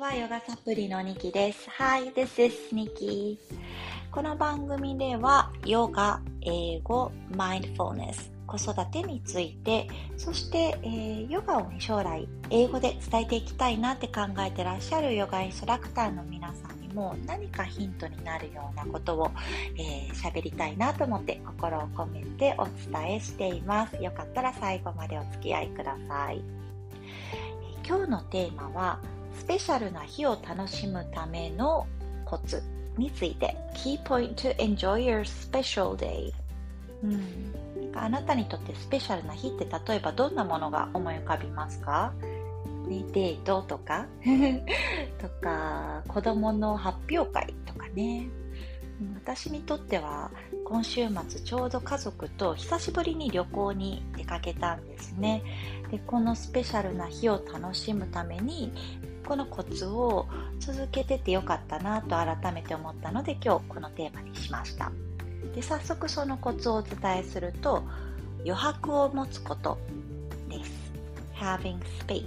は、ヨガサプリのニキです。Hi, this is Nikki。この番組では、ヨガ、英語、マインドフルネス、子育てについて、そして、ヨガを、将来英語で伝えていきたいなって考えてらっしゃるヨガインストラクターの皆さんにも何かヒントになるようなことを喋りたいなと思って心を込めてお伝えしています。よかったら最後までお付き合いください。今日のテーマはスペシャルな日を楽しむためのコツについて Key point to enjoy your special day、あなたにとってスペシャルな日って例えばどんなものが思い浮かびますか？ね、デートとかとか子供の発表会とかね。私にとっては今週末ちょうど家族と久しぶりに旅行に出かけたんですね。でこのスペシャルな日を楽しむためにこのコツを続けててよかったなと改めて思ったので今日このテーマにしました。で早速そのコツをお伝えすると余白を持つことです。 Having space、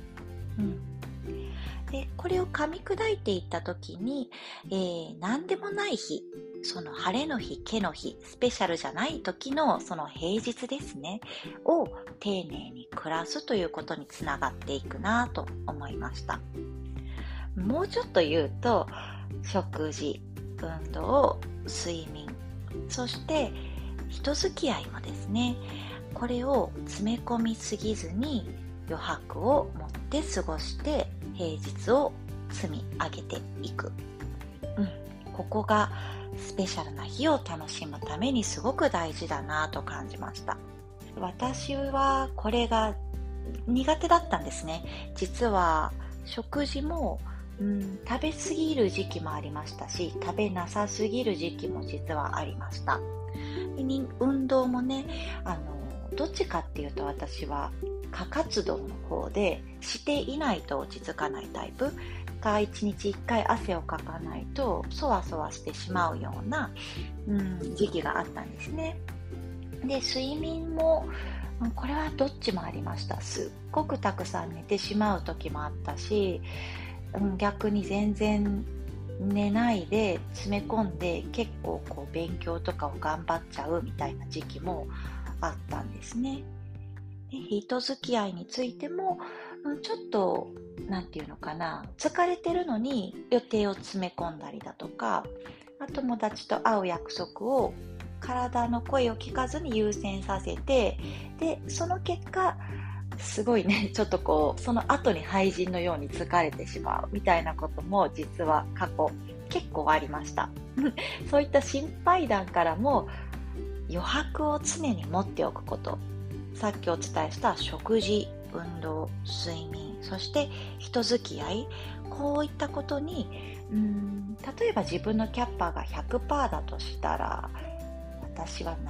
でこれを噛み砕いていった時に、何でもない日、その晴れの日、毛の日、スペシャルじゃない時のその平日ですねを丁寧に暮らすということにつながっていくなと思いました。もうちょっと言うと食事、運動、睡眠、そして人付き合いもですね、これを詰め込みすぎずに余白を持って過ごして平日を積み上げていく、ここがスペシャルな日を楽しむためにすごく大事だなと感じました。私はこれが苦手だったんですね。実は食事も、食べ過ぎる時期もありましたし、食べなさすぎる時期も実はありました。運動もね、どっちかっていうと私は過活動の方でしていないと落ち着かないタイプが1日1回汗をかかないとそわそわしてしまうような、時期があったんですね。で睡眠もこれはどっちもありました。すっごくたくさん寝てしまう時もあったし、逆に全然寝ないで詰め込んで結構こう勉強とかを頑張っちゃうみたいな時期もあったんですね。で人付き合いについてもちょっとなんていうのかな、疲れてるのに予定を詰め込んだりだとか、友達と会う約束を体の声を聞かずに優先させて、でその結果すごいね、ちょっとこうその後に廃人のように疲れてしまうみたいなことも実は過去結構ありましたそういった心配談からも余白を常に持っておくこと、さっきお伝えした食事、運動、睡眠、そして人付き合い、こういったことに例えば自分のキャッパーが 100% だとしたら私は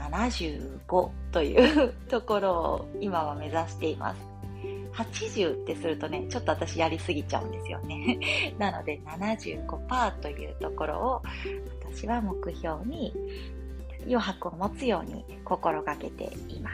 75というところを今は目指しています。80ってするとね、ちょっと私やりすぎちゃうんですよねなので 75% というところを私は目標に余白を持つように心がけています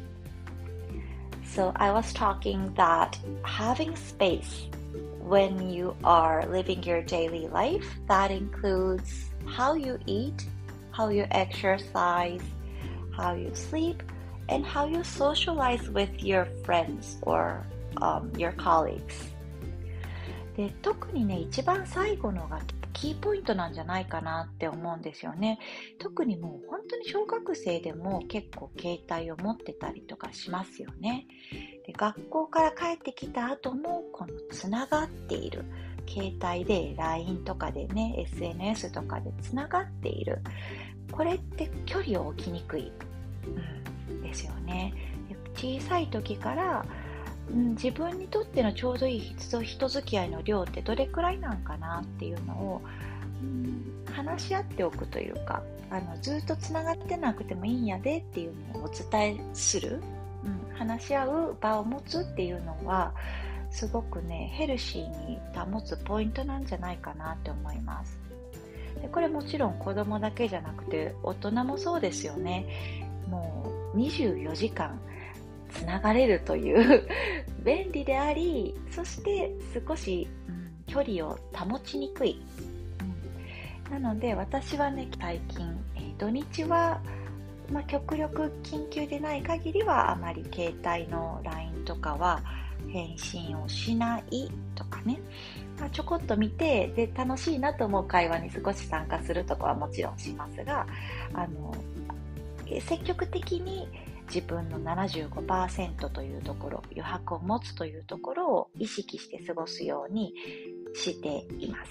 。So I was talking that having space when you are living your daily life, that includes how you eat, how you exercise, how you sleep, and how you socialize with your friends or your colleagues. で特にね、一番最後のがキーポイントなんじゃないかなって思うんですよね。特にもう本当に小学生でも結構携帯を持ってたりとかしますよね。で学校から帰ってきた後もこのつながっている、携帯で LINE とかでね、 SNS とかでつながっている、これって距離を置きにくい、ですよね。小さい時から自分にとってのちょうどいい人付き合いの量ってどれくらいなんかなっていうのを、話し合っておくというか、ずっとつながってなくてもいいんやでっていうのをお伝えする、話し合う場を持つっていうのはすごくねヘルシーに保つポイントなんじゃないかなって思います。でこれもちろん子供だけじゃなくて大人もそうですよね。もう24時間つながれるという便利であり、そして少し、距距離を保ちにくい。なので私はね、最近、土日は、極力緊急でない限りはあまり携帯の LINE とかは返信をしないとかね、ちょこっと見てで楽しいなと思う会話に少し参加するとかはもちろんしますが、積極的に自分の 75% というところ、余白を持つというところを意識して過ごすようにしています。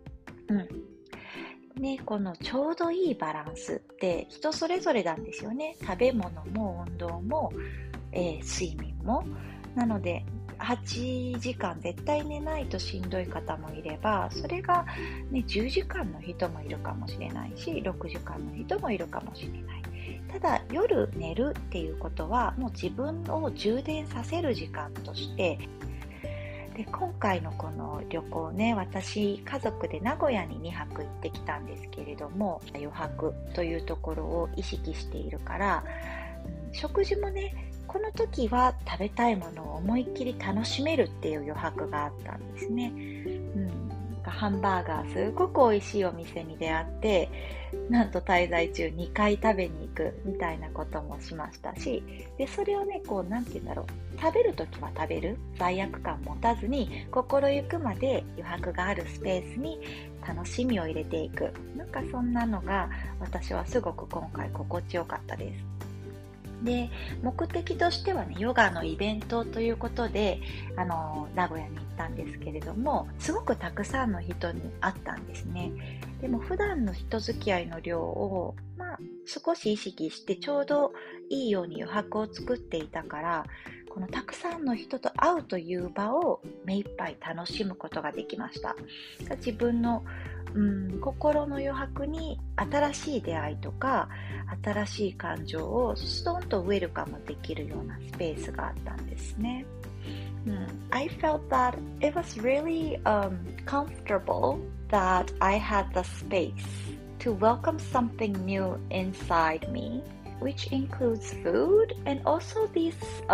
ね、このちょうどいいバランスって人それぞれなんですよね。食べ物も運動も、睡眠も。なので8時間絶対寝ないとしんどい方もいれば、それが、ね、10時間の人もいるかもしれないし、6時間の人もいるかもしれない。ただ夜寝るっていうことはもう自分を充電させる時間として、で今回のこの旅行ね、私家族で名古屋に2泊行ってきたんですけれども、余白というところを意識しているから、食事もね、この時は食べたいものを思いっきり楽しめるっていう余白があったんですね。ハンバーガーすごく美味しいお店に出会って、なんと滞在中2回食べに行くみたいなこともしましたし、でそれをね、なんて言うんだろう、食べるときは食べる、罪悪感持たずに心ゆくまで余白があるスペースに楽しみを入れていく、なんかそんなのが私はすごく今回心地よかったです。で目的としてはね、ヨガのイベントということで名古屋に行ったんですけれども、すごくたくさんの人に会ったんですね。でも普段の人付き合いの量を、少し意識してちょうどいいように余白を作っていたから、このたくさんの人と会うという場を目いっぱい楽しむことができました。自分の心の余白に新しい出会いとか新しい感情をストンとウェルカムできるようなスペースがあったんですね。I felt that it was really comfortable that I had the space to welcome something new inside me, which includes food and also these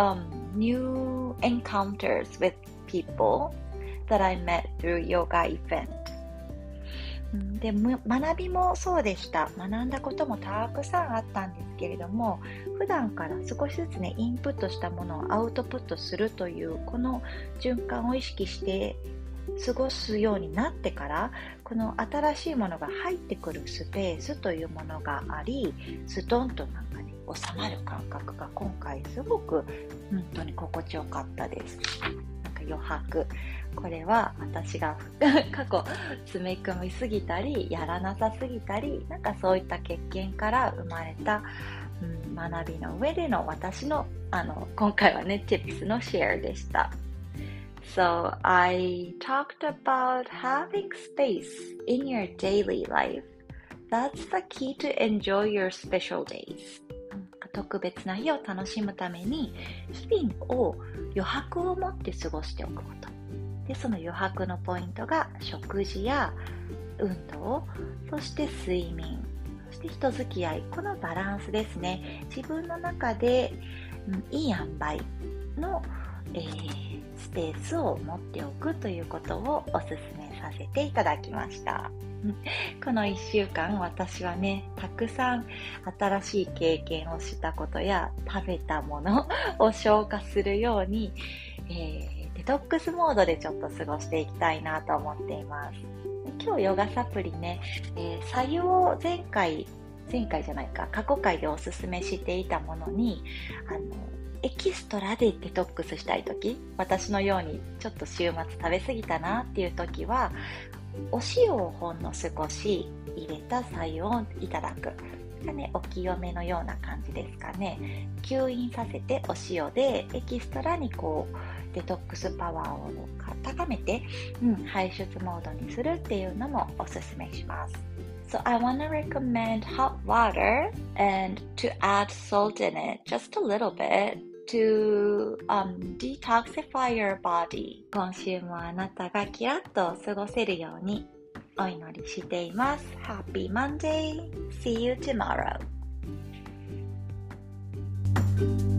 new encounters with people that I met through yoga event.で学びもそうでした。学んだこともたくさんあったんですけれども、普段から少しずつね、インプットしたものをアウトプットするというこの循環を意識して過ごすようになってから、この新しいものが入ってくるスペースというものがあり、ストンとなんかね、収まる感覚が今回すごく本当に心地よかったです。なんか余白、これは私が過去詰め込みすぎたりやらなさすぎたり、なんかそういった経験から生まれた、学びの上での私の今回はね、tips のシェアでした。So I talked about having space in your daily life. That's the key to enjoy your special days. 特別な日を楽しむために日々を余白を持って過ごしておくこと。でその余白のポイントが食事や運動、そして睡眠、そして人付き合い、このバランスですね。自分の中で、いい塩梅の、スペースを持っておくということをお勧めさせていただきました。この1週間私はね、たくさん新しい経験をしたことや食べたものを消化するように、デトックスモードでちょっと過ごしていきたいなと思っています。今日ヨガサプリね、白湯を過去回でおすすめしていたものにエキストラでデトックスしたいとき、私のようにちょっと週末食べ過ぎたなっていうときは、お塩をほんの少し入れた白湯をいただく。お清めのような感じですかね。吸引させてお塩でエキストラにデトックスパワーを高めて、排出モードにするっていうのもおすすめします。So I want to recommend hot water and to add salt in it just a little bit to detoxify your body. 今週もあなたがキラッと過ごせるようにお祈りしています。Happy Monday! See you tomorrow!